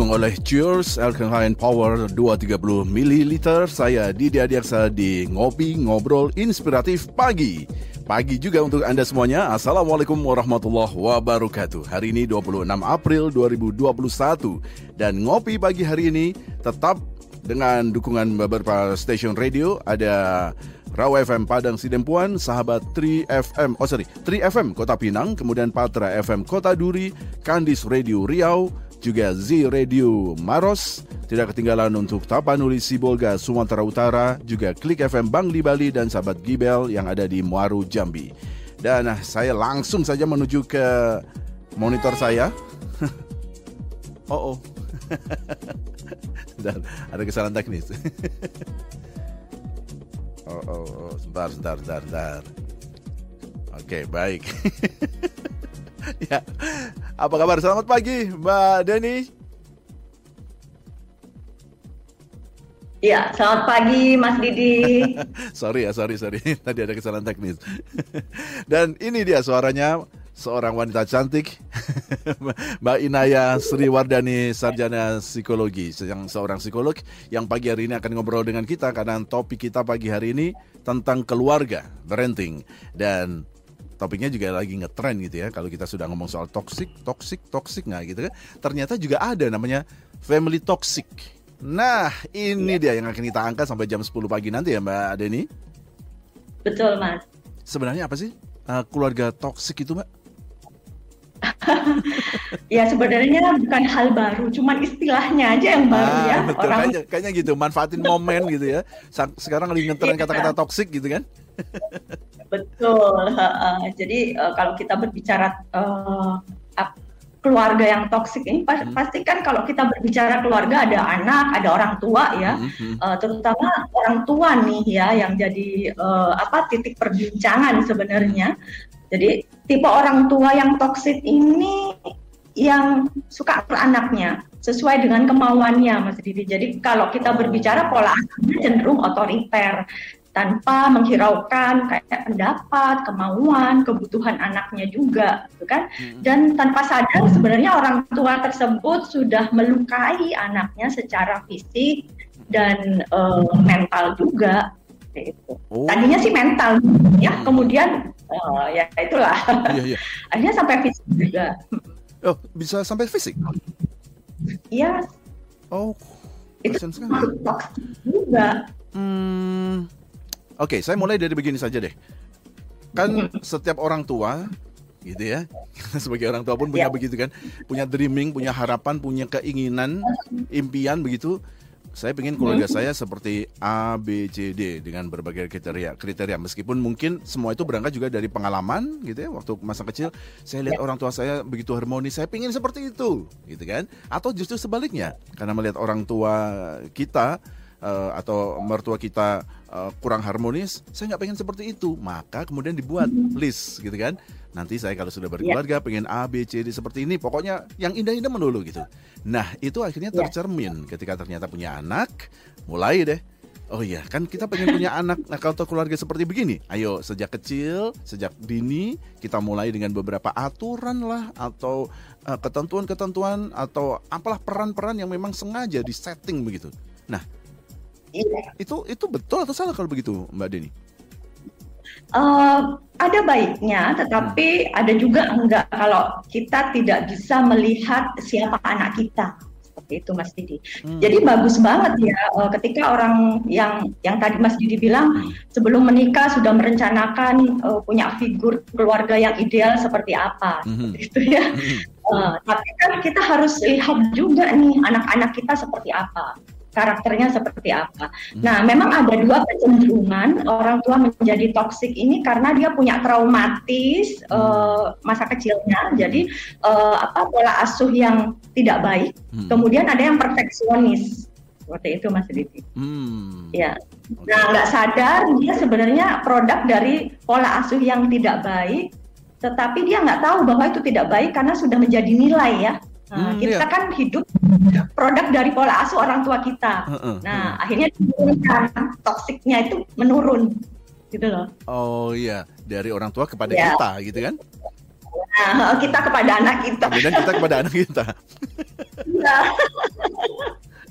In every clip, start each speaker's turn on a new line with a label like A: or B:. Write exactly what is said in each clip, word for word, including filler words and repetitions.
A: didukung oleh Cheers Alkaline Power dua ratus tiga puluh mililiter. Saya Didi Adiaksa di Ngopi Ngobrol Inspiratif Pagi. Pagi juga untuk Anda semuanya. Assalamualaikum warahmatullahi wabarakatuh. Hari ini dua puluh enam April dua ribu dua puluh satu. Dan Ngopi Pagi hari ini tetap dengan dukungan beberapa stasiun radio. Ada Raw F M Padang Sidempuan, Sahabat tiga F M, oh sorry, tiga F M Kota Pinang, kemudian Patra F M Kota Duri, Kandis Radio Riau, juga Z Radio Maros, tidak ketinggalan untuk Tapanuli Sibolga Sumatera Utara, juga Klik F M Bangli Bali dan Sahabat Gibel yang ada di Muaru Jambi. Dan nah, saya langsung saja menuju ke monitor saya. oh oh, dan ada kesalahan teknis. Oh, oh, oh, sebentar, sebentar, sebentar, sebentar. Oke, baik. Ya, apa kabar? Selamat pagi, Mbak Deni.
B: Ya, selamat pagi, Mas Didi.
A: sorry ya, sorry, sorry. Tadi ada kesalahan teknis. Dan ini dia suaranya seorang wanita cantik, Mbak Inaya Sriwardani, sarjana psikologi, yang seorang psikolog yang pagi hari ini akan ngobrol dengan kita karena topik kita pagi hari ini tentang keluarga, parenting, dan topiknya juga lagi ngetren gitu ya. Kalau kita sudah ngomong soal toxic, toxic, toxic nggak gitu kan? Ternyata juga ada namanya family toxic. Nah, ini dia yang akan kita angkat sampai jam sepuluh pagi nanti ya, Mbak Deni.
B: Betul, Mas.
A: Sebenarnya apa sih uh, keluarga toxic itu, Mbak?
B: Ya sebenarnya bukan hal baru, cuman istilahnya aja yang baru ah, ya.
A: Betul.
B: Orang
A: kayaknya, kayaknya gitu, manfaatin momen gitu ya. Sekarang lagi ngetren kata-kata toksik gitu kan?
B: Betul. Uh, jadi uh, kalau kita berbicara uh, keluarga yang toksik ini
A: hmm.
B: pasti kan kalau kita berbicara keluarga ada anak, ada orang tua ya, hmm. uh, terutama orang tua nih ya yang jadi uh, apa titik perbincangan sebenarnya. Jadi tipe orang tua yang toksik ini yang suka ke anaknya sesuai dengan kemauannya, Mas Didi. Jadi kalau kita berbicara pola asuhnya cenderung otoriter tanpa menghiraukan kayak pendapat, kemauan, kebutuhan anaknya juga, gitu kan? Dan tanpa sadar sebenarnya orang tua tersebut sudah melukai anaknya secara fisik dan uh, mental juga. Itu. Oh. Tadinya sih mental, ya. Kemudian uh, ya itulah. Iya, iya. Akhirnya sampai fisik juga.
A: Oh, bisa sampai fisik?
B: Iya.
A: Oh,
B: itu toksik juga.
A: Hmm. Oke, okay, saya mulai dari begini saja deh. Kan setiap orang tua, gitu ya, sebagai orang tua pun punya ya. Begitu kan, punya dreaming, punya harapan, punya keinginan, impian begitu. Saya pengen keluarga saya seperti A, B, C, D dengan berbagai kriteria. Kriteria meskipun mungkin semua itu berangkat juga dari pengalaman, gitu ya. Waktu masa kecil saya lihat ya. Orang tua saya begitu harmonis, saya pengen seperti itu, gitu kan? Atau justru sebaliknya, karena melihat orang tua kita uh, atau mertua kita uh, kurang harmonis, saya nggak pengen seperti itu. Maka kemudian dibuat list, gitu kan? Nanti saya kalau sudah berkeluarga yeah. pengen A, B, C, D seperti ini. Pokoknya yang indah-indah melulu gitu. Nah itu akhirnya tercermin yeah. ketika ternyata punya anak. Mulai deh. Oh iya kan kita pengen punya anak. Nah kalau keluarga seperti begini. Ayo sejak kecil, sejak dini kita mulai dengan beberapa aturan lah. Atau uh, ketentuan-ketentuan. Atau apalah peran-peran yang memang sengaja disetting begitu. Nah yeah. itu, itu betul atau salah kalau begitu Mbak Deni?
B: Uh, ada baiknya, tetapi hmm. ada juga enggak kalau kita tidak bisa melihat siapa anak kita, seperti itu Mas Didi. Hmm. Jadi bagus banget ya uh, ketika orang yang yang tadi Mas Didi bilang hmm. sebelum menikah sudah merencanakan uh, punya figur keluarga yang ideal seperti apa, hmm. seperti itu ya. Hmm. Uh, tapi kan kita harus lihat juga nih anak-anak kita seperti apa. Karakternya seperti apa. Hmm. Nah, memang ada dua kecenderungan orang tua menjadi toksik ini karena dia punya traumatis hmm. uh, masa kecilnya. Jadi uh, apa pola asuh yang tidak baik. Hmm. Kemudian ada yang perfeksionis. Seperti itu Mas Didi. Hmm. Ya. Okay. Nah, nggak sadar dia sebenarnya produk dari pola asuh yang tidak baik, tetapi dia nggak tahu bahwa itu tidak baik karena sudah menjadi nilai ya. Nah, hmm, kita iya. kan hidup produk dari pola asuh orang tua kita. Uh, uh, nah, uh. akhirnya diturunkan toksiknya itu menurun, gitu loh.
A: Oh iya, dari orang tua kepada ya. kita, gitu kan?
B: Nah, kita kepada anak kita.
A: Kemudian kita kepada anak kita.
B: Iya.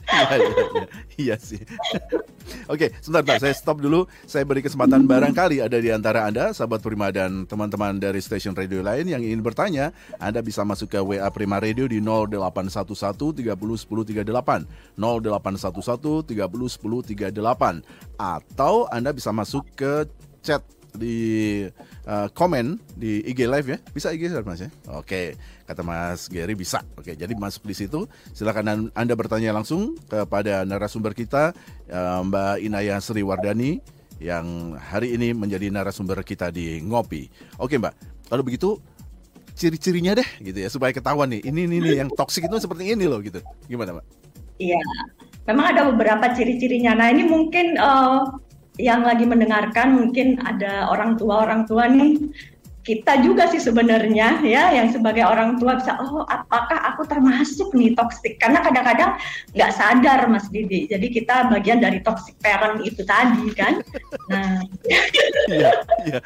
A: Iya, iya, iya. Iya sih. Oke, sebentar Pak, saya stop dulu. Saya beri kesempatan barangkali ada di antara Anda, sahabat Prima dan teman-teman dari stasiun radio lain yang ingin bertanya. Anda bisa masuk ke W A Prima Radio di nol delapan satu satu tiga nol satu nol tiga delapan nol delapan satu satu tiga nol satu nol tiga delapan, atau Anda bisa masuk ke chat di uh, komen di I G Live ya. Bisa I G Live Mas ya? Oke, kata Mas Gary bisa. Oke, jadi masuk di situ. Silakan Anda bertanya langsung kepada narasumber kita, uh, Mbak Inaya Sriwardani, yang hari ini menjadi narasumber kita di Ngopi. Oke Mbak, kalau begitu ciri-cirinya deh gitu ya, supaya ketahuan nih, ini ini nih yang toksik itu seperti ini loh gitu. Gimana Mbak?
B: Iya, memang ada beberapa ciri-cirinya. Nah ini mungkin uh, yang lagi mendengarkan mungkin ada orang tua-orang tua nih, kita juga sih sebenarnya ya yang sebagai orang tua bisa, oh apakah aku termasuk nih toksik, karena kadang-kadang nggak sadar Mas Didi, jadi kita bagian dari toxic parent itu tadi kan. Nah
A: iya, iya.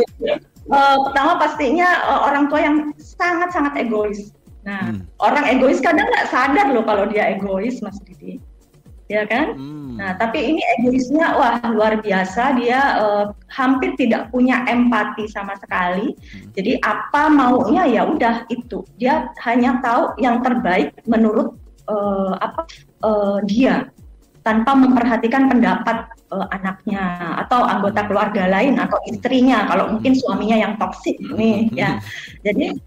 B: uh, pertama pastinya uh, orang tua yang sangat-sangat egois. Nah hmm. orang egois kadang nggak sadar loh kalau dia egois Mas Didi, ya kan? Hmm. Nah, tapi ini egoisnya wah luar biasa, dia uh, hampir tidak punya empati sama sekali. Hmm. Jadi apa maunya ya udah itu. Dia hanya tahu yang terbaik menurut uh, apa uh, dia, tanpa memperhatikan pendapat uh, anaknya atau anggota keluarga lain atau istrinya kalau mungkin suaminya yang toksik nih ya. Jadi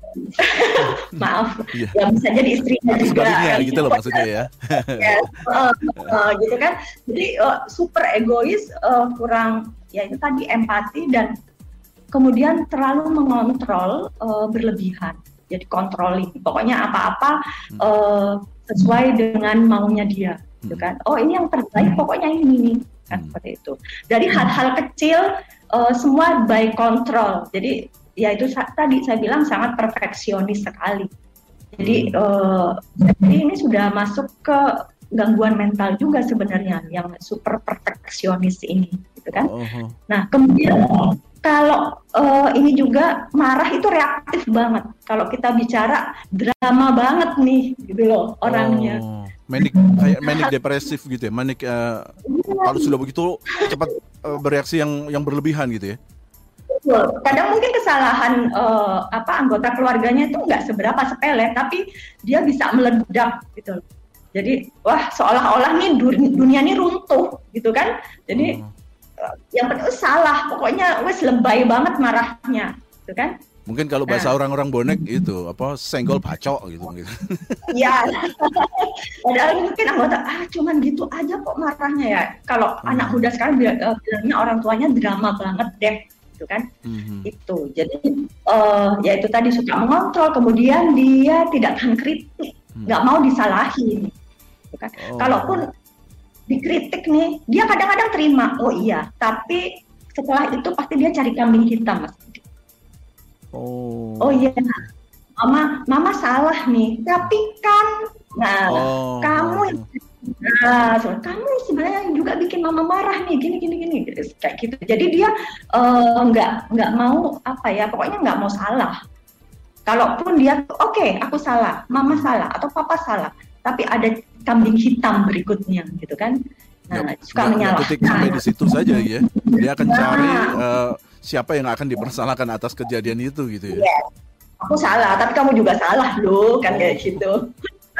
B: maaf, yeah. ya bisa jadi istrinya juga.
A: Sebaliknya gitu loh maksudnya ya.
B: ya uh, uh, gitu kan. Jadi uh, super egois, uh, kurang ya itu tadi empati, dan kemudian terlalu mengontrol uh, berlebihan. Jadi controlling. Pokoknya apa-apa uh, sesuai dengan maunya dia. Gitu kan. Oh ini yang terbaik, pokoknya ini nih kan, seperti itu. Dari hal-hal kecil uh, semua by control. Jadi ya itu sa- tadi saya bilang sangat perfeksionis sekali. Jadi uh, jadi ini sudah masuk ke gangguan mental juga sebenarnya yang super perfeksionis ini, gitu kan. Uh-huh. Nah kemudian kalau uh, ini juga marah itu reaktif banget. Kalau kita bicara drama banget nih, gitu loh orangnya. Oh.
A: Manic, kayak manic depresif gitu ya, manic uh, kalau sudah begitu cepat uh, bereaksi yang yang berlebihan gitu ya.
B: Betul. Kadang mungkin kesalahan uh, apa anggota keluarganya itu nggak seberapa sepele, tapi dia bisa meledak gitu. Jadi wah seolah-olah nih dunia ini runtuh gitu kan. Jadi hmm. uh, yang penting salah, pokoknya wes lebay banget marahnya, gitu kan.
A: Mungkin kalau bahasa nah. orang-orang bonek itu apa senggol bacok gitu gitu.
B: Iya. Padahal mungkin anggota ah cuman gitu aja kok marahnya ya. Kalau hmm. anak muda sekarang bilangnya orang tuanya drama banget deh, gitu kan. Hmm. Itu. Jadi uh, ya itu tadi suka mengontrol, kemudian dia tidak akan kritik, nggak hmm. mau disalahin. Gitu kan. Oh. Kalaupun dikritik nih, dia kadang-kadang terima. Oh iya, tapi setelah itu pasti dia cari kambing hitam, Mas.
A: Oh.
B: Oh iya, mama, mama salah nih. Tapi kan, nah, oh. kamu, nah, so, kamu sebenarnya juga bikin mama marah nih, gini, gini, gini, kayak gitu. Jadi dia uh, nggak nggak mau apa ya, pokoknya nggak mau salah. Kalaupun dia, oke, okay, aku salah, mama salah atau papa salah, tapi ada kambing hitam berikutnya, gitu kan? Nah,
A: ya,
B: suka menyalahkan.
A: Sampai di situ saja ya, dia akan cari. Uh, siapa yang akan dipersalahkan atas kejadian itu gitu ya?
B: Yes. Aku salah, tapi kamu juga salah loh, kan kayak gitu.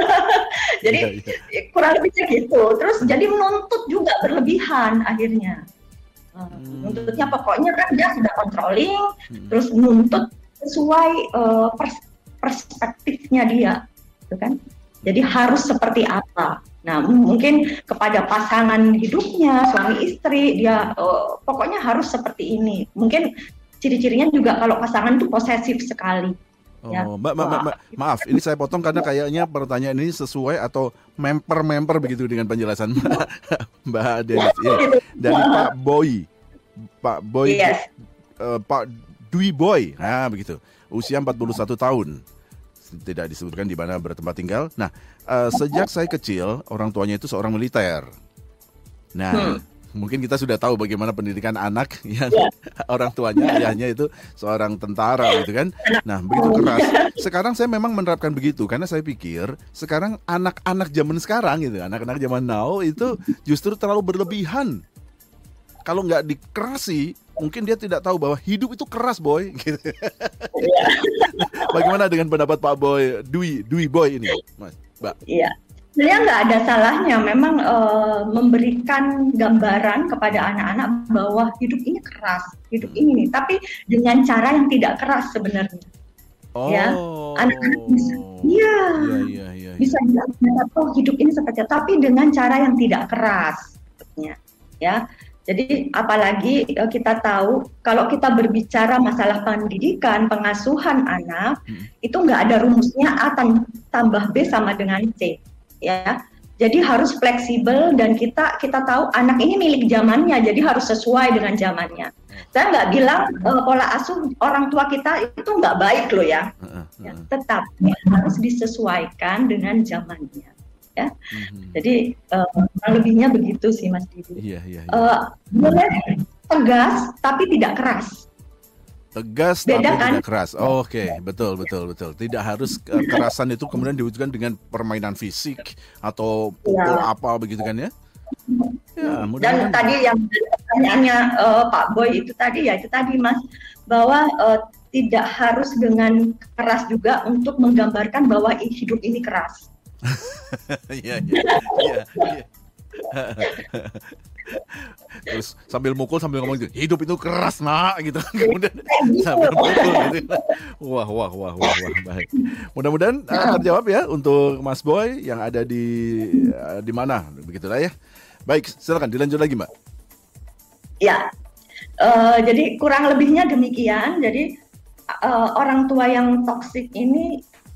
B: Jadi ya, ya. kurang lebih gitu. Terus jadi menuntut juga berlebihan akhirnya. Hmm. Nuntutnya pokoknya kan dia sudah controlling, hmm. terus menuntut sesuai uh, pers- perspektifnya dia, gitu kan? Jadi harus seperti apa? Nah, mungkin kepada pasangan hidupnya, suami istri, dia uh, pokoknya harus seperti ini. Mungkin ciri-cirinya juga kalau pasangan itu posesif sekali.
A: Oh, ya. Mbak, mbak, mbak, mbak, maaf, ini saya potong karena kayaknya pertanyaan ini sesuai atau memper-memper begitu dengan penjelasan Mbak, Mbak Denis. Ya. Dari Pak Boy, Pak Boy, yes. uh, Pak Dwi Boy, nah begitu, usia empat puluh satu tahun. Tidak disebutkan di mana bertempat tinggal. Nah, uh, sejak saya kecil, orang tuanya itu seorang militer. Nah, hmm. Mungkin kita sudah tahu bagaimana pendidikan anak yang
B: Ya.
A: orang tuanya, ayahnya itu seorang tentara gitu kan. Nah, begitu keras. Sekarang saya memang menerapkan begitu karena saya pikir sekarang anak-anak zaman sekarang gitu, anak-anak zaman now itu justru terlalu berlebihan. Kalau nggak dikerasi, mungkin dia tidak tahu bahwa hidup itu keras, boy. Gitu.
B: Iya.
A: Bagaimana dengan pendapat Pak Boy, Dwi, Dwi Boy ini, Mas, Mbak?
B: Iya. Sebenarnya nggak ada salahnya memang eh, memberikan gambaran kepada anak-anak bahwa hidup ini keras, hidup ini nih, tapi dengan cara yang tidak keras sebenarnya.
A: Oh,
B: Ya, anak-anak bisa, iya,
A: iya, iya, iya,
B: bisa
A: iya.
B: bilang, oh hidup ini seperti itu, tapi dengan cara yang tidak keras, sebetulnya. Ya. Jadi apalagi eh, kita tahu kalau kita berbicara masalah pendidikan, pengasuhan anak,
A: Hmm.
B: itu nggak ada rumusnya A tam- tambah B sama dengan C, ya. Jadi harus fleksibel dan kita kita tahu anak ini milik zamannya, jadi harus sesuai dengan zamannya. Saya nggak bilang eh, pola asuh orang tua kita itu nggak baik loh ya,
A: Heeh,
B: ya.
A: heeh.
B: Tetapi harus disesuaikan dengan zamannya. Ya.
A: Mhm.
B: Jadi eh, kurang lebihnya begitu sih Mas Didi.
A: Iya, iya, iya.
B: Eh, boleh tegas tapi tidak keras.
A: Tegas
B: Beda
A: tapi
B: kan?
A: tidak keras. Oh, Oke, betul, betul, betul. Tidak harus eh, kerasan itu kemudian diwujudkan dengan permainan fisik atau pukul
B: Ya.
A: apa begitu kan ya? Ya,
B: Dan
A: mudah-mudahan.
B: tadi yang pertanyaannya eh, Pak Boy itu tadi ya itu tadi Mas bahwa eh, tidak harus dengan keras juga untuk menggambarkan bahwa hidup ini keras.
A: Iya, iya, iya, iya. Terus sambil mukul sambil ngomong gitu, hidup itu keras nak gitu. Kemudian sambil mukul gitu. Wah, wah, wah, wah, wah. Baik. Mudah-mudahan uh, terjawab ya untuk Mas Boy yang ada di uh, di mana, begitulah ya. Baik, silakan dilanjut lagi, Mbak.
B: Ya, eh, jadi kurang lebihnya demikian. Jadi eh, orang tua yang toksik ini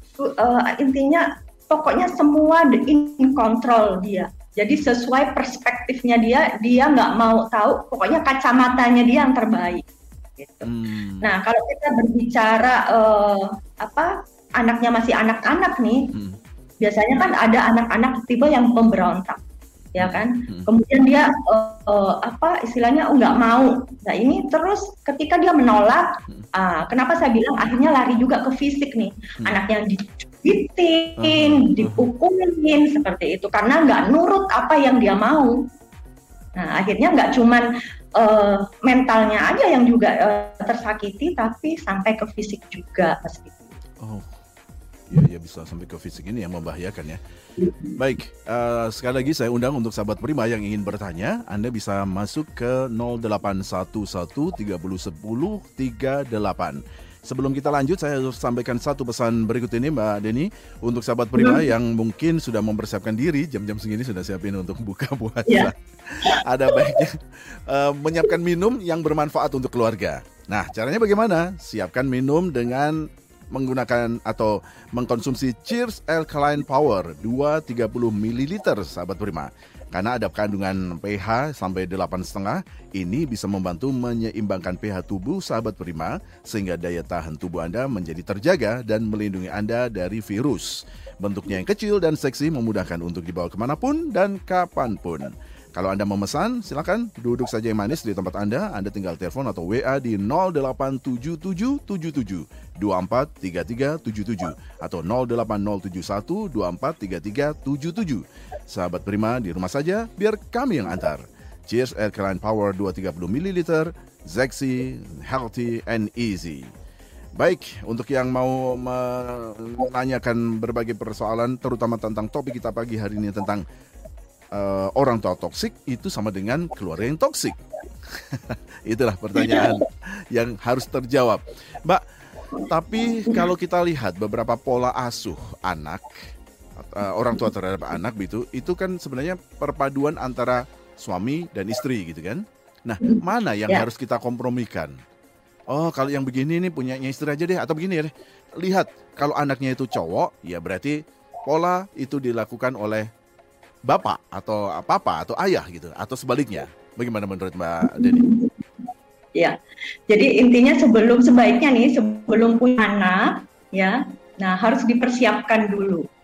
B: eh, intinya pokoknya semua in control dia. Jadi sesuai perspektifnya dia, dia nggak mau tahu. Pokoknya kacamatanya dia yang terbaik. Gitu.
A: Hmm.
B: Nah, kalau kita berbicara eh, apa anaknya masih anak-anak nih,
A: Hmm.
B: biasanya kan ada anak-anak tipe yang pemberontak, ya kan?
A: Hmm.
B: Kemudian dia uh, uh, apa istilahnya oh, nggak mau. Nah ini terus ketika dia menolak, uh, kenapa saya bilang akhirnya lari juga ke fisik nih,
A: Hmm.
B: anaknya dicubitin,
A: Uh-huh.
B: dipukulin seperti itu karena nggak nurut apa yang dia mau. Nah akhirnya nggak cuman uh, mentalnya aja yang juga uh, tersakiti, tapi sampai ke fisik juga meskipun.
A: Oh, ya, ya bisa sampai ke fisik ini yang membahayakan ya. Baik, uh, sekali lagi saya undang untuk sahabat Prima yang ingin bertanya, Anda bisa masuk ke nol delapan satu satu tiga nol satu nol tiga delapan. Sebelum kita lanjut, saya harus sampaikan satu pesan berikut ini Mbak Deni. Untuk sahabat Prima hmm. yang mungkin sudah mempersiapkan diri, jam-jam segini sudah siapin untuk buka puasa. Yeah. Ada baiknya uh, menyiapkan minum yang bermanfaat untuk keluarga. Nah, caranya bagaimana? Siapkan minum dengan menggunakan atau mengkonsumsi Cheers Alkaline Power dua ratus tiga puluh mililiter sahabat Prima. Karena ada kandungan pH sampai delapan koma lima, ini bisa membantu menyeimbangkan pH tubuh sahabat Prima sehingga daya tahan tubuh Anda menjadi terjaga dan melindungi Anda dari virus. Bentuknya yang kecil dan seksi memudahkan untuk dibawa kemanapun dan kapanpun. Kalau Anda memesan, silakan duduk saja yang manis di tempat Anda. Anda tinggal telepon atau W A di nol delapan tujuh tujuh tujuh tujuh dua empat tiga tiga tujuh tujuh atau nol delapan nol tujuh satu dua empat tiga tiga tujuh tujuh. Sahabat Prima di rumah saja, biar kami yang antar. Cheers Alkaline Power dua ratus tiga puluh mililiter, Zexi, healthy and easy. Baik, untuk yang mau menanyakan berbagai persoalan, terutama tentang topik kita pagi hari ini tentang Uh, orang tua toksik itu sama dengan keluarga yang toksik. Itulah pertanyaan yang harus terjawab, Mbak. Tapi kalau kita lihat beberapa pola asuh anak, uh, orang tua terhadap anak itu, itu kan sebenarnya perpaduan antara suami dan istri gitu kan. Nah, mana yang ya. harus kita kompromikan? Oh, kalau yang begini nih punyanya istri aja deh, atau begini ya deh. Lihat, kalau anaknya itu cowok, ya berarti pola itu dilakukan oleh bapak atau papa atau ayah gitu atau sebaliknya. Bagaimana menurut Mbak Deni?
B: Ya, jadi intinya sebelum sebaiknya nih sebelum punya anak ya, nah harus dipersiapkan dulu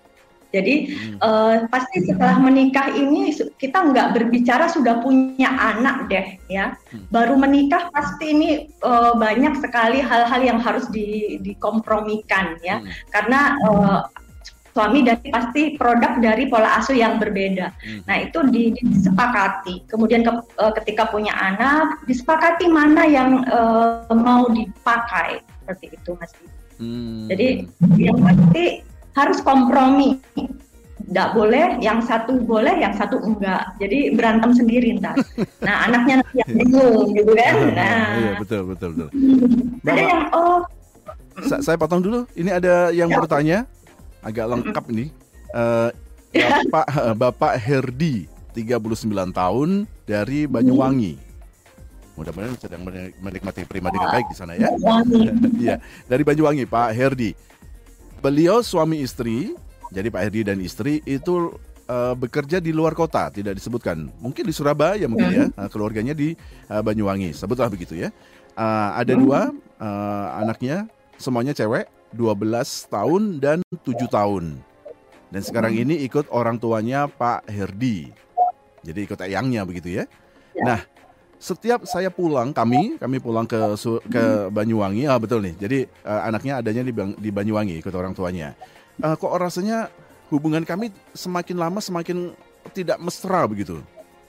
B: Jadi uh, pasti setelah menikah ini kita nggak berbicara sudah punya anak deh ya. Baru menikah pasti ini uh, banyak sekali hal-hal yang harus di, dikompromikan ya. Karena uh, suami dan pasti produk dari pola asuh yang berbeda. Nah itu disepakati. Kemudian ke, uh, ketika punya anak disepakati mana yang uh, mau dipakai seperti itu Mas. Hmm. Jadi yang pasti harus kompromi, nggak boleh yang satu boleh, yang satu enggak. Jadi berantem sendiri ntar. Nah anaknya nanti yang bingung gitu kan. Nah,
A: iya betul betul betul.
B: Ada yang oh,
A: Sa saya potong dulu. Ini ada yang ya. bertanya, agak lengkap ini. Uh, Bapak Bapak Herdi, tiga puluh sembilan tahun dari Banyuwangi. Mudah-mudahan sedang menikmati prima dengan baik di sana ya. Iya, dari Banyuwangi, Pak Herdi. Beliau suami istri, jadi Pak Herdi dan istri itu uh, bekerja di luar kota, tidak disebutkan. Mungkin di Surabaya mungkin ya, uh, keluarganya di uh, Banyuwangi, sebutlah begitu ya. Uh, ada dua uh, anaknya, semuanya cewek, dua belas tahun dan tujuh tahun. Dan sekarang ini ikut orang tuanya Pak Herdi. Jadi ikut eyangnya begitu ya. Nah, setiap saya pulang, kami kami pulang ke ke Banyuwangi, ah betul nih. Jadi uh, anaknya adanya di, di Banyuwangi ikut orang tuanya. Uh, kok rasanya hubungan kami semakin lama semakin tidak mesra begitu.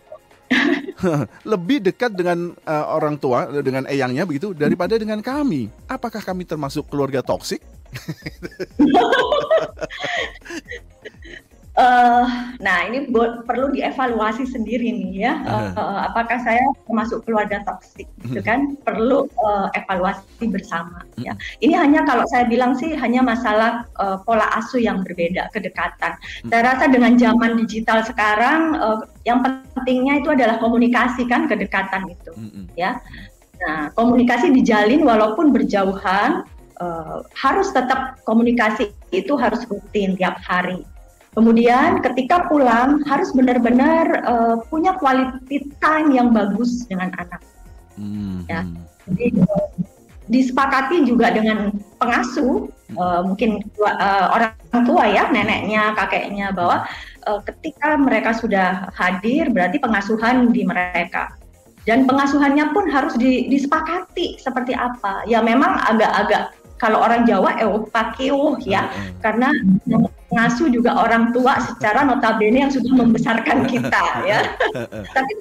A: Lebih dekat dengan uh, orang tua, dengan eyangnya begitu daripada dengan kami. Apakah kami termasuk keluarga toksik?
B: Uh, nah ini perlu dievaluasi sendiri nih ya, uh, uh, apakah saya termasuk keluarga toksik, gitu kan? Perlu uh, evaluasi bersama. Ya, ini hanya kalau saya bilang sih hanya masalah uh, pola asuh yang berbeda, kedekatan. Saya rasa dengan zaman digital sekarang, uh, yang pentingnya itu adalah komunikasi kan, kedekatan itu, ya. Nah komunikasi dijalin walaupun berjauhan, uh, harus tetap komunikasi itu harus rutin tiap hari. Kemudian ketika pulang harus benar-benar uh, punya quality time yang bagus dengan anak. Hmm. Ya, jadi uh, disepakati juga dengan pengasuh, uh, mungkin uh, orang tua ya, neneknya, kakeknya, bahwa uh, ketika mereka sudah hadir berarti pengasuhan di mereka. Dan pengasuhannya pun harus disepakati seperti apa. Ya memang agak-agak kalau orang Jawa eh pakiuh ya, hmm. karena pengasuh juga orang tua secara notabene yang sudah membesarkan kita ya. Tapi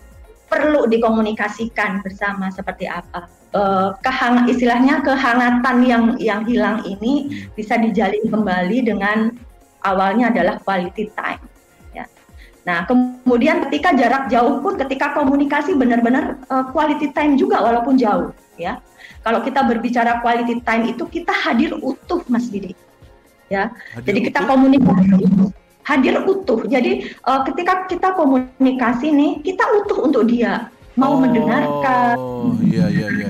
B: perlu dikomunikasikan bersama seperti apa. Uh, kehang istilahnya kehangatan yang yang hilang ini hmm. bisa dijalin kembali dengan awalnya adalah quality time. Ya. Nah kemudian ketika jarak jauh pun, ketika komunikasi benar-benar uh, quality time juga walaupun jauh ya. Kalau kita berbicara quality time itu kita hadir utuh Mas Didi. Ya. Hadir Jadi utuh? Kita komunikasi hadir utuh. Jadi uh, ketika kita komunikasi nih, kita utuh untuk dia. Mau oh, mendengarkan. Oh, iya iya iya.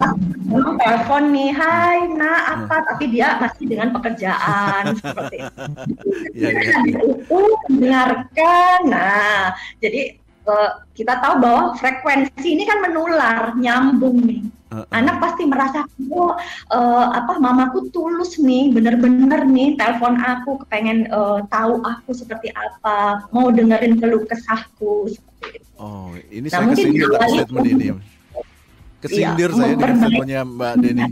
B: Mau telepon nih, "Hai, Nak, apa?" Tapi dia masih dengan pekerjaan seperti itu. Iya iya. Hadir utuh, mendengarkan. Nah, jadi uh, kita tahu bahwa frekuensi ini kan menular, nyambung nih. Anak pasti merasa, oh uh, apa mamaku tulus nih, bener-bener nih telepon aku, kepengen uh, tahu aku seperti apa, mau dengerin keluh kesahku. Seperti itu.
A: Oh, ini nah, saya kesindir tak statement ini. Kesindir iya, saya dengan statementnya Mbak Deni.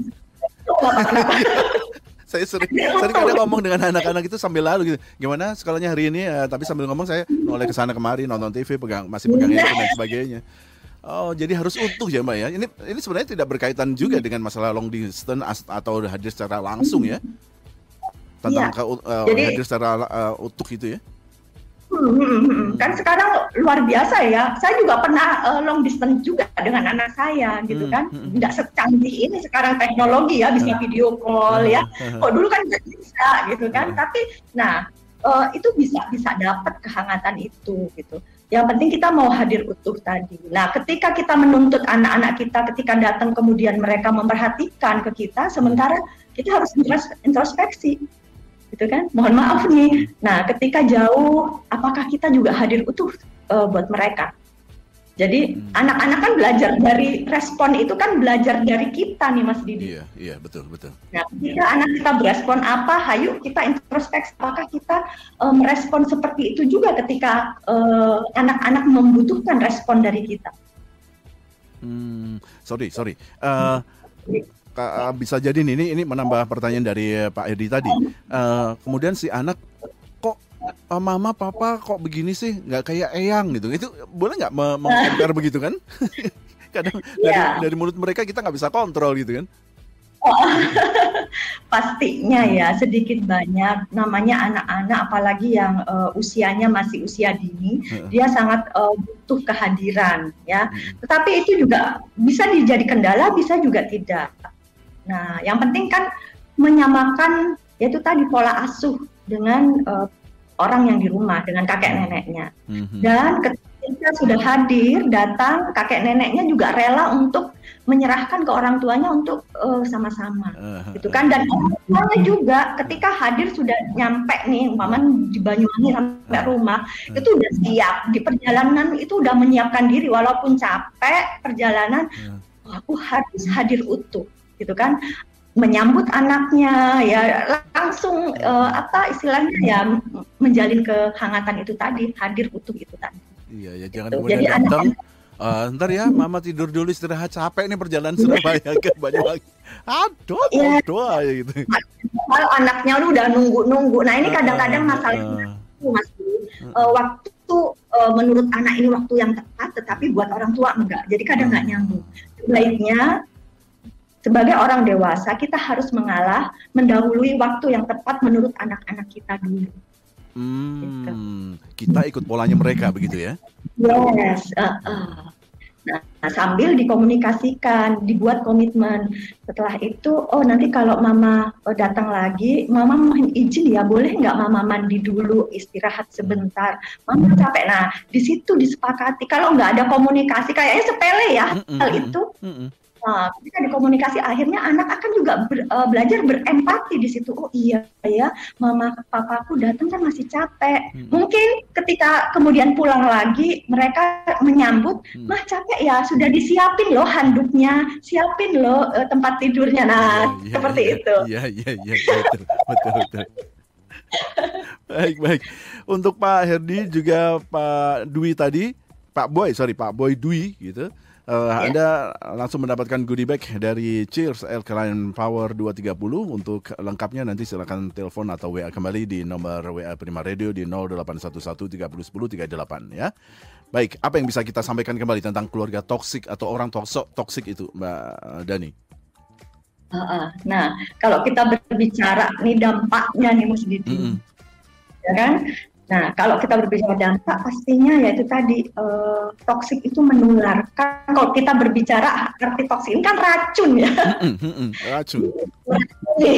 A: Saya sering, sering kadang ngomong dengan anak-anak itu sambil lalu gitu. Gimana sekolahnya hari ini? Uh, tapi sambil ngomong saya noleh ke sana kemari, nonton T V, pegang masih pegang handphone dan sebagainya. Oh, jadi harus utuh ya Mbak ya. Ini ini sebenarnya tidak berkaitan juga dengan masalah long distance atau hadir secara langsung ya. Tentang ya. ke, uh, jadi, hadir secara uh, utuh itu ya.
B: Hmm, kan sekarang luar biasa ya. Saya juga pernah uh, long distance juga dengan anak saya gitu kan. Tidak secanggih ini sekarang teknologi ya, bisa video call ya. Kok dulu kan nggak bisa gitu kan. Tapi nah uh, itu bisa bisa dapat kehangatan itu gitu. Yang penting kita mau hadir utuh tadi. Nah, ketika kita menuntut anak-anak kita, ketika datang kemudian mereka memperhatikan ke kita, sementara kita harus introspeksi, gitu kan? Mohon maaf nih. Nah, ketika jauh, apakah kita juga hadir utuh uh, buat mereka? Jadi hmm. anak-anak kan belajar dari respon itu kan belajar dari kita nih Mas Didi.
A: Iya, iya betul betul.
B: Nah, ketika anak kita berespon apa, hayu kita introspeksi apakah kita uh, merespon seperti itu juga ketika uh, anak-anak membutuhkan respon dari kita.
A: Hmm, sorry sorry. Uh, bisa jadi nih, ini ini menambah pertanyaan dari Pak Edi tadi. Uh, kemudian si anak kok uh, mama papa kok begini sih, nggak kayak eyang gitu. Itu boleh nggak meng-compare begitu kan? Kadang yeah. dari, dari mulut mereka kita nggak bisa kontrol gitu kan?
B: Oh, pastinya ya sedikit banyak namanya anak-anak apalagi yang uh, usianya masih usia dini uh. dia sangat uh, butuh kehadiran ya. Uh. Tetapi itu juga bisa dijadi kendala, bisa juga tidak. Nah, yang penting kan menyamakan yaitu tadi pola asuh dengan uh, orang yang di rumah, dengan kakek neneknya. Uh. Dan ketika sudah hadir, datang, kakek neneknya juga rela untuk menyerahkan ke orang tuanya untuk uh, sama-sama, uh, gitu kan. Dan orang tuanya juga ketika hadir sudah nyampe nih, umpamanya di Banyuwangi sampai uh, rumah, uh, itu udah siap di perjalanan, itu udah menyiapkan diri walaupun capek perjalanan, uh, aku harus hadir utuh, gitu kan. Menyambut anaknya, ya langsung uh, apa istilahnya ya menjalin kehangatan itu tadi, hadir utuh itu tadi.
A: Iya ya, jangan gitu. Kemudian datang. Uh, ntar ya, mama tidur dulu istirahat, capek nih perjalanan Surabaya ke Banyuwangi. Aduh,
B: ya,
A: doa gitu.
B: Kalau anaknya lu udah nunggu-nunggu. Nah ini kadang-kadang masalahnya uh, uh, mas, uh, waktu uh, menurut anak ini waktu yang tepat, tetapi buat orang tua enggak. Jadi kadang nggak uh, nyambung. Sebaiknya sebagai orang dewasa kita harus mengalah, mendahului waktu yang tepat menurut anak-anak kita dulu.
A: Hmm, gitu. Kita ikut polanya mereka begitu ya?
B: Yes. Uh, uh. Nah, sambil dikomunikasikan, dibuat komitmen. Setelah itu, oh nanti kalau mama oh, datang lagi, mama mohon izin ya, boleh nggak mama mandi dulu, istirahat sebentar. Mama capek. Nah, di situ disepakati. Kalau nggak ada komunikasi, kayaknya sepele ya mm-mm, hal itu. Mm-mm. Nah, ketika dikomunikasi, akhirnya anak akan juga ber, uh, belajar berempati di situ. Oh iya ya, mama papaku datang kan masih capek. Hmm. Mungkin ketika kemudian pulang lagi, mereka menyambut, hmm. mah capek ya, sudah disiapin loh handuknya, siapin loh uh, tempat tidurnya. Nah, ya, ya, seperti
A: ya,
B: itu.
A: Iya, iya, iya, betul, betul, betul. Baik, baik. Untuk Pak Herdi juga Pak Dwi tadi, Pak Boy, sorry Pak Boy Dwi gitu. Uh, ya. Anda langsung mendapatkan goodie bag dari Cheers Alkaline Power dua tiga nol. Untuk lengkapnya nanti silakan telepon atau W A kembali di nomor W A Prima Radio di nol delapan satu satu tiga nol satu nol tiga delapan ya. Baik, apa yang bisa kita sampaikan kembali tentang keluarga toksik atau orang toksik itu, Mbak Dani?
B: Uh, uh. Nah, kalau kita berbicara nih dampaknya nih Mas Didi, mm-hmm. ya kan? Nah, kalau kita berbicara dampak, pastinya yaitu tadi uh, toksik itu menularkan. Kalau kita berbicara arti toksik ini kan racun ya,
A: mm-hmm, racun,
B: meracuni,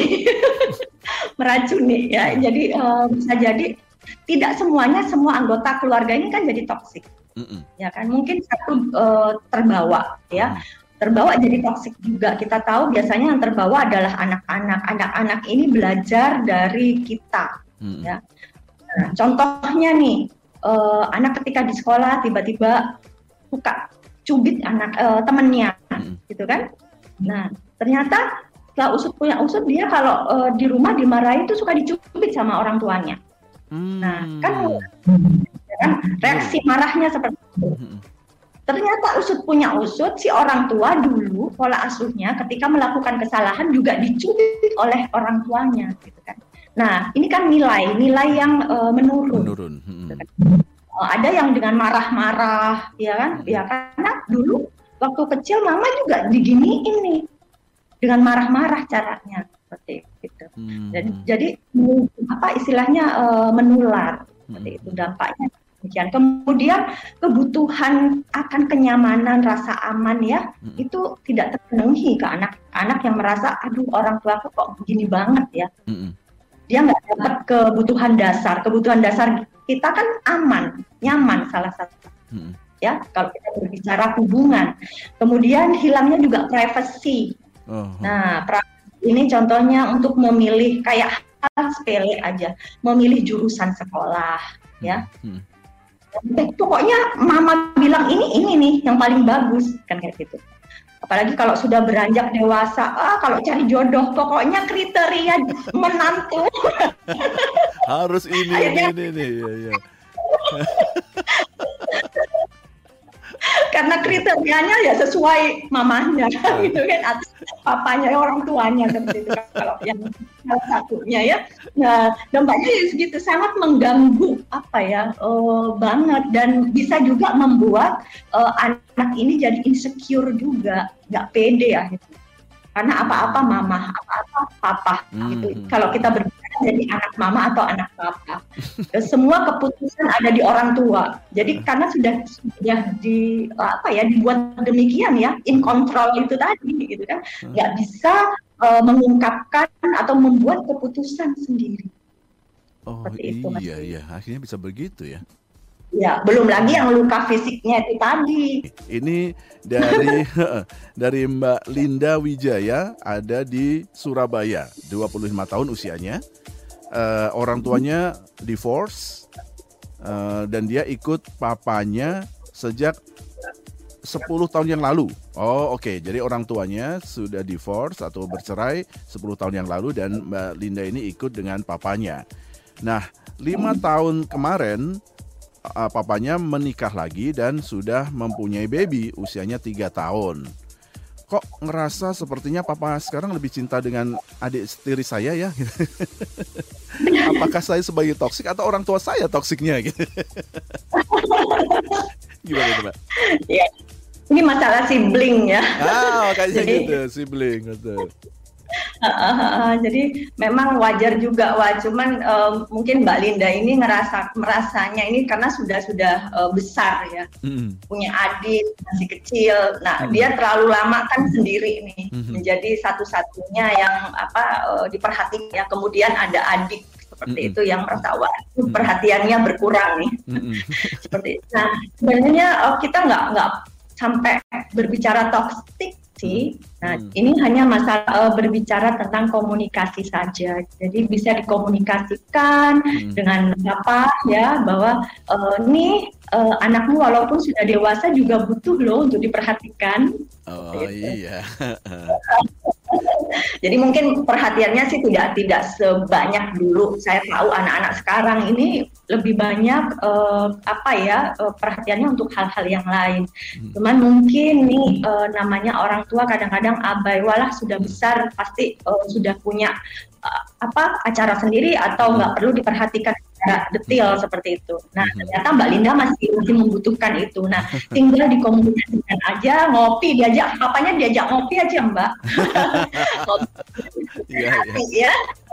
B: meracuni ya. Jadi uh, bisa jadi tidak semuanya semua anggota keluarga ini kan jadi toksik, mm-hmm. ya kan? Mungkin satu uh, terbawa, ya, mm. terbawa jadi toksik juga. Kita tahu biasanya yang terbawa adalah anak-anak. Anak-anak ini belajar dari kita, mm-hmm. ya. Nah, contohnya nih, uh, anak ketika di sekolah tiba-tiba suka cubit anak uh, temennya, hmm. gitu kan? Nah, ternyata setelah usut punya usut dia kalau uh, di rumah dimarahi itu suka dicubit sama orang tuanya. Hmm. Nah, kan, kan reaksi marahnya seperti itu. Hmm. Ternyata usut punya usut, si orang tua dulu pola asuhnya ketika melakukan kesalahan juga dicubit oleh orang tuanya, gitu kan? Nah, ini kan nilai, nilai yang uh, menurun. Menurun. Hmm. Uh, ada yang dengan marah-marah, ya kan? Hmm. Ya karena dulu waktu kecil mama juga diginiin nih, dengan marah-marah caranya seperti itu. Hmm. Jadi, jadi apa istilahnya uh, menular, seperti hmm. itu dampaknya. Kemudian kebutuhan akan kenyamanan, rasa aman ya, hmm. itu tidak terpenuhi ke anak-anak yang merasa, aduh orang tuaku kok begini banget ya. Hmm. Dia nggak dapat kebutuhan dasar. Kebutuhan dasar kita kan aman, nyaman salah satu. Hmm. Ya, kalau kita berbicara hubungan. Kemudian hilangnya juga privacy. Oh. Nah, privacy ini contohnya untuk memilih kayak hal sepele aja, memilih jurusan sekolah, hmm. ya. Hmm. Eh, pokoknya mama bilang ini ini nih yang paling bagus kan kayak gitu. Apalagi kalau sudah beranjak dewasa, ah kalau cari jodoh pokoknya kriteria menantu
A: harus ini
B: akhirnya
A: ini ini ya, ya.
B: karena kriterianya ya sesuai mamanya gitu kan atau papanya orang tuanya seperti itu kalau yang salah satunya ya. Nah dampaknya ya segitu sangat mengganggu apa ya uh, banget dan bisa juga membuat uh, anak ini jadi insecure juga, nggak pede ya gitu. Karena apa-apa mama, apa-apa papa gitu.
A: Hmm.
B: Kalau kita berbicara jadi anak mama atau anak papa, semua keputusan ada di orang tua. Jadi karena sudah sudah di apa ya dibuat demikian ya, in control itu tadi gitu kan, nggak bisa uh, mengungkapkan atau membuat keputusan sendiri.
A: Oh
B: Seperti itu, Mas.
A: iya iya, akhirnya bisa begitu ya.
B: Ya, belum lagi yang luka fisiknya itu tadi.
A: Ini dari dari Mbak Linda Wijaya, ada di Surabaya, dua puluh lima tahun usianya. Uh, orang tuanya divorce uh, dan dia ikut papanya sejak sepuluh tahun yang lalu. Oh oke, okay. Jadi orang tuanya sudah divorce atau bercerai sepuluh tahun yang lalu dan Mbak Linda ini ikut dengan papanya. Nah, lima tahun kemarin Uh, papanya menikah lagi dan sudah mempunyai baby usianya tiga tahun. Kok ngerasa sepertinya papa sekarang lebih cinta dengan adik tiri saya ya? Apakah saya sebagai toksik atau orang tua saya toksiknya? Gimana itu, Mbak?
B: Ya, ini masalah sibling ya.
A: Ah, kayaknya
B: Jadi,
A: gitu, sibling betul.
B: Uh, uh, uh, jadi memang wajar juga wah cuman uh, mungkin Mbak Linda ini ngerasa merasanya ini karena sudah sudah uh, besar ya mm-hmm. punya adik masih kecil, nah mm-hmm. dia terlalu lama kan sendiri nih mm-hmm. menjadi satu-satunya yang apa uh, diperhatikan ya, kemudian ada adik seperti mm-hmm. itu yang merasa wah mm-hmm. perhatiannya berkurang nih mm-hmm. seperti itu. Nah sebenarnya uh, kita nggak nggak sampai berbicara toksik sih. Nah, hmm. ini hanya masalah uh, berbicara tentang komunikasi saja. Jadi bisa dikomunikasikan hmm. dengan apa ya bahwa uh, nih uh, anakmu walaupun sudah dewasa juga butuh loh untuk diperhatikan.
A: Oh iya.
B: Jadi mungkin perhatiannya sih tidak tidak sebanyak dulu. Saya tahu anak-anak sekarang ini lebih banyak uh, apa ya uh, perhatiannya untuk hal-hal yang lain. Hmm. Cuman mungkin nih uh, namanya orang tua kadang-kadang abai, walah sudah besar pasti uh, sudah punya uh, apa acara sendiri atau nggak perlu diperhatikan secara detail hmm. seperti itu. Nah ternyata Mbak Linda masih masih membutuhkan itu. Nah tinggal dikomunikasikan aja, ngopi diajak, papanya diajak ngopi aja Mbak.
A: Iya,
B: ya.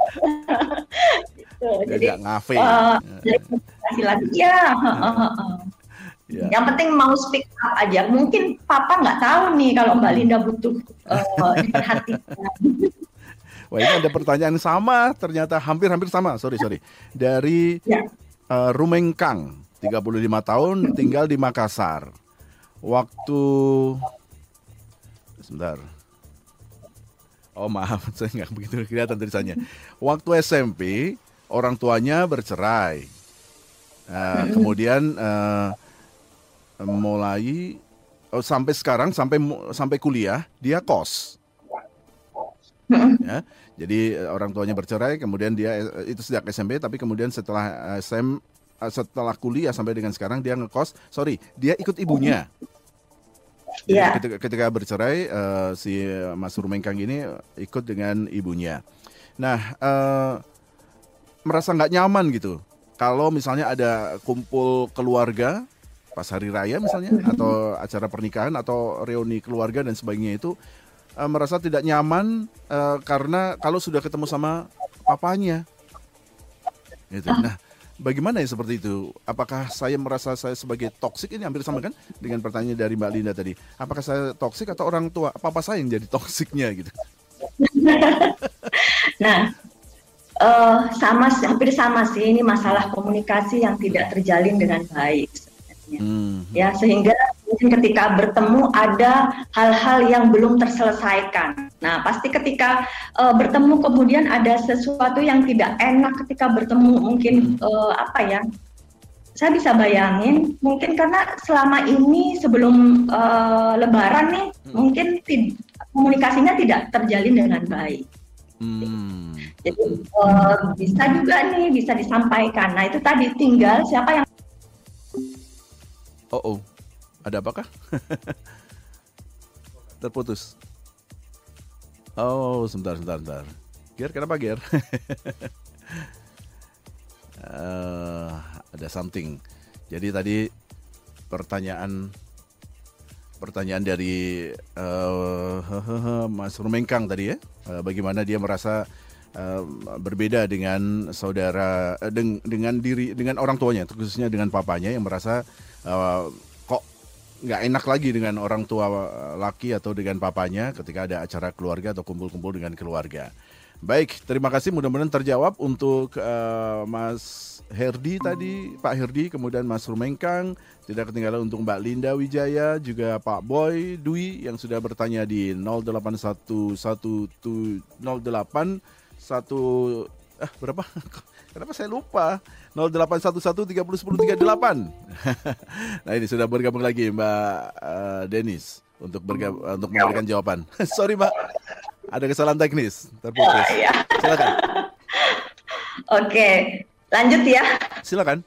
A: Jadi ngafe.
B: Uh, kasih lagi ya. Ya. Yang penting mau speak up aja. Mungkin papa nggak tahu nih kalau Mbak Linda butuh uh, diperhatikan.
A: Wah ini ada pertanyaan sama, ternyata hampir-hampir sama. Sorry sorry. Dari ya. uh, Rumengkang, tiga puluh lima tahun, tinggal di Makassar. Waktu sebentar. Oh maaf, saya nggak begitu kelihatan tulisannya. Waktu S M P, orang tuanya bercerai. Uh, kemudian uh, mulai oh, sampai sekarang sampai sampai kuliah dia kos. Ya, jadi orang tuanya bercerai, kemudian dia itu sejak S M P, tapi kemudian setelah S M setelah kuliah sampai dengan sekarang dia ngekos. Sorry, dia ikut ibunya. Yeah. Ketika, ketika bercerai, uh, si Mas Rumengkang ini ikut dengan ibunya. Nah, uh, merasa nggak nyaman gitu. Kalau misalnya ada kumpul keluarga pas hari raya misalnya, atau acara pernikahan atau reuni keluarga dan sebagainya itu, uh, merasa tidak nyaman uh, karena kalau sudah ketemu sama papanya. Gitu. Nah, bagaimana ya seperti itu? Apakah saya merasa saya sebagai toksik? Ini hampir sama kan dengan pertanyaan dari Mbak Linda tadi. Apakah saya toksik atau orang tua papa saya yang jadi toksiknya gitu?
B: Nah, uh, sama hampir sama sih, ini masalah komunikasi yang tidak terjalin dengan baik sebenarnya. Hmm. Ya, sehingga mungkin ketika bertemu ada hal-hal yang belum terselesaikan. Nah, pasti ketika uh, bertemu kemudian ada sesuatu yang tidak enak ketika bertemu, mungkin uh, apa ya? saya bisa bayangin mungkin karena selama ini sebelum uh, Lebaran nih hmm. mungkin tid- komunikasinya tidak terjalin dengan baik. Hmm. Jadi uh, bisa juga nih bisa disampaikan. Nah itu tadi tinggal siapa yang.
A: Oh oh, ada apakah? Terputus. Oh sebentar sebentar sebentar. Ger kenapa Ger? uh, ada something. Jadi tadi pertanyaan pertanyaan dari uh, Mas Rumengkang tadi ya, uh, bagaimana dia merasa uh, berbeda dengan saudara uh, deng, dengan diri dengan orang tuanya, khususnya dengan papanya yang merasa uh, kok nggak enak lagi dengan orang tua laki atau dengan papanya ketika ada acara keluarga atau kumpul-kumpul dengan keluarga. Baik, terima kasih. Mudah-mudahan terjawab untuk uh, Mas Herdi tadi, Pak Herdi, kemudian Mas Rumengkang. Tidak ketinggalan untuk Mbak Linda Wijaya, juga Pak Boy Dwi yang sudah bertanya di nol delapan satu satu nol delapan satu ah berapa? Kenapa saya lupa? nol delapan satu satu tiga nol satu nol tiga delapan. Nah ini sudah bergabung lagi Mbak uh, Denis untuk bergab- untuk memberikan jawaban. Sorry Mbak. Ada kesalahan teknis, terputus.
B: Oh, iya.
A: Silakan.
B: Oke, lanjut ya.
A: Silakan.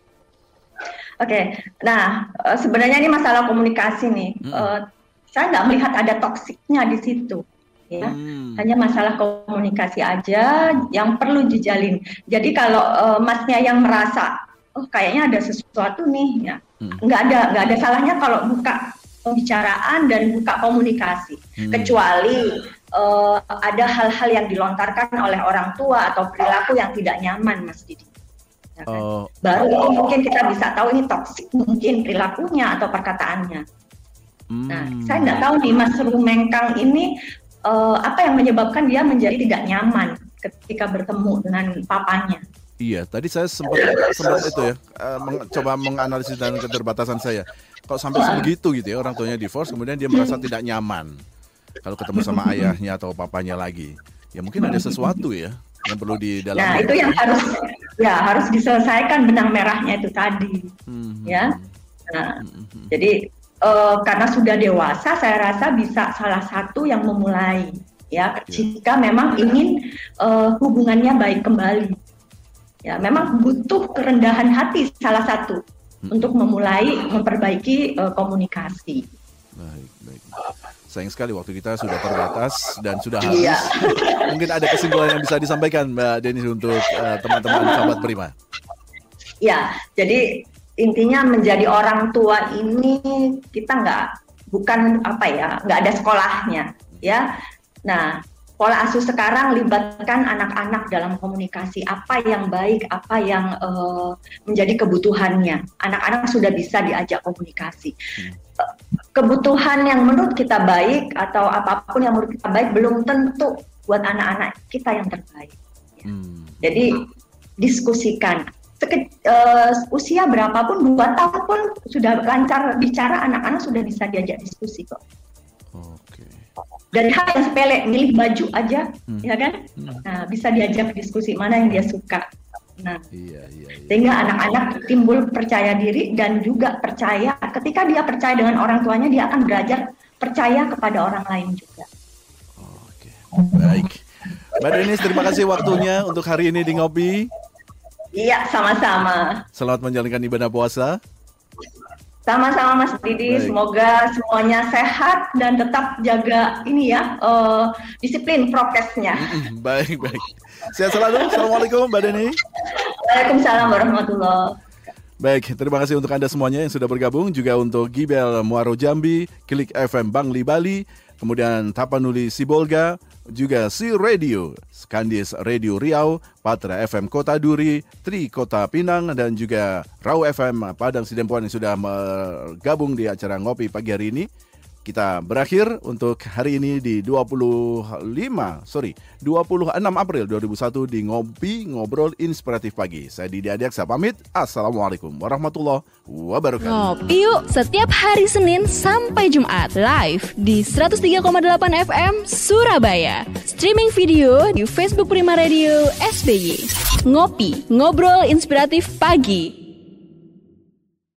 B: Oke, nah sebenarnya ini masalah komunikasi nih. Mm-hmm. Uh, saya nggak melihat ada toksiknya di situ, ya. Mm. Hanya masalah komunikasi aja yang perlu dijalin. Jadi kalau uh, masnya yang merasa, oh kayaknya ada sesuatu nih, ya, mm. nggak ada nggak ada salahnya kalau buka pembicaraan dan buka komunikasi, mm. kecuali Uh, ada hal-hal yang dilontarkan oleh orang tua atau perilaku yang tidak nyaman, Mas Didi. Ya kan? uh, Baru itu mungkin kita bisa tahu ini toksik mungkin perilakunya atau perkataannya. Hmm. Nah, saya nggak tahu nih Mas Rumengkang ini uh, apa yang menyebabkan dia menjadi tidak nyaman ketika bertemu dengan papanya.
A: Iya, tadi saya sempat sempat itu ya, uh, meng- coba menganalisis dan keterbatasan saya. Kok sampai uh. sebegitu gitu ya, orang tuanya divorce, kemudian dia merasa hmm. tidak nyaman kalau ketemu sama ayahnya atau papanya lagi. Ya mungkin ada sesuatu ya yang perlu di dalam.
B: Nah itu yang harus ya harus diselesaikan benang merahnya itu tadi, hmm. ya. Nah hmm. jadi uh, karena sudah dewasa, saya rasa bisa salah satu yang memulai, ya. Jika memang ingin uh, hubungannya baik kembali, ya. Memang butuh kerendahan hati salah satu hmm. untuk memulai memperbaiki uh, komunikasi.
A: Baik, baik. Sayang sekali waktu kita sudah terbatas dan sudah habis.
B: Iya.
A: Mungkin ada kesimpulan yang bisa disampaikan Mbak Denis untuk uh, teman-teman sahabat Prima.
B: Ya, jadi intinya menjadi orang tua ini kita nggak bukan apa ya, nggak ada sekolahnya, ya. Nah, pola asuh sekarang libatkan anak-anak dalam komunikasi apa yang baik, apa yang uh, menjadi kebutuhannya. Anak-anak sudah bisa diajak komunikasi. Hmm. Kebutuhan yang menurut kita baik atau apapun yang menurut kita baik belum tentu buat anak-anak kita yang terbaik. Ya. Hmm. Jadi diskusikan. Seke, uh, usia berapapun, dua tahun pun sudah lancar bicara, anak-anak sudah bisa diajak diskusi kok.
A: Oke.
B: Dari hal yang sepele, milih baju aja, hmm. ya kan? Hmm. Nah, bisa diajak diskusi mana yang dia suka. Nah, iya, iya, iya. Sehingga anak-anak timbul percaya diri dan juga percaya. Ketika dia percaya dengan orang tuanya, dia akan belajar percaya kepada orang lain juga.
A: Oke, baik. Mbak Denis, terima kasih waktunya untuk hari ini di Ngopi.
B: Iya, sama-sama.
A: Selamat menjalankan ibadah puasa.
B: Sama-sama Mas Didi, baik. Semoga semuanya sehat dan tetap jaga ini ya, uh, disiplin prokesnya.
A: Baik, baik. Sehat selalu. Assalamualaikum Mbak Deni.
B: Waalaikumsalam warahmatullahi.
A: Baik, terima kasih untuk Anda semuanya yang sudah bergabung. Juga untuk Gibel Muaro Jambi, Klik F M Bangli Bali, kemudian Tapanuli Sibolga, juga Si Radio, Skandis Radio Riau, Patra F M Kota Duri, Tri Kota Pinang, dan juga Rau F M Padang Sidempuan yang sudah bergabung di acara Ngopi pagi hari ini. Kita berakhir untuk hari ini di dua puluh lima, sorry, dua puluh enam April dua ribu satu di Ngopi Ngobrol Inspiratif Pagi. Saya Didi Adiaksa pamit. Assalamualaikum warahmatullahi wabarakatuh.
C: Ngopi yuk setiap hari Senin sampai Jumat live di seratus tiga koma delapan F M Surabaya. Streaming video di Facebook Prima Radio S B Y. Ngopi Ngobrol Inspiratif Pagi.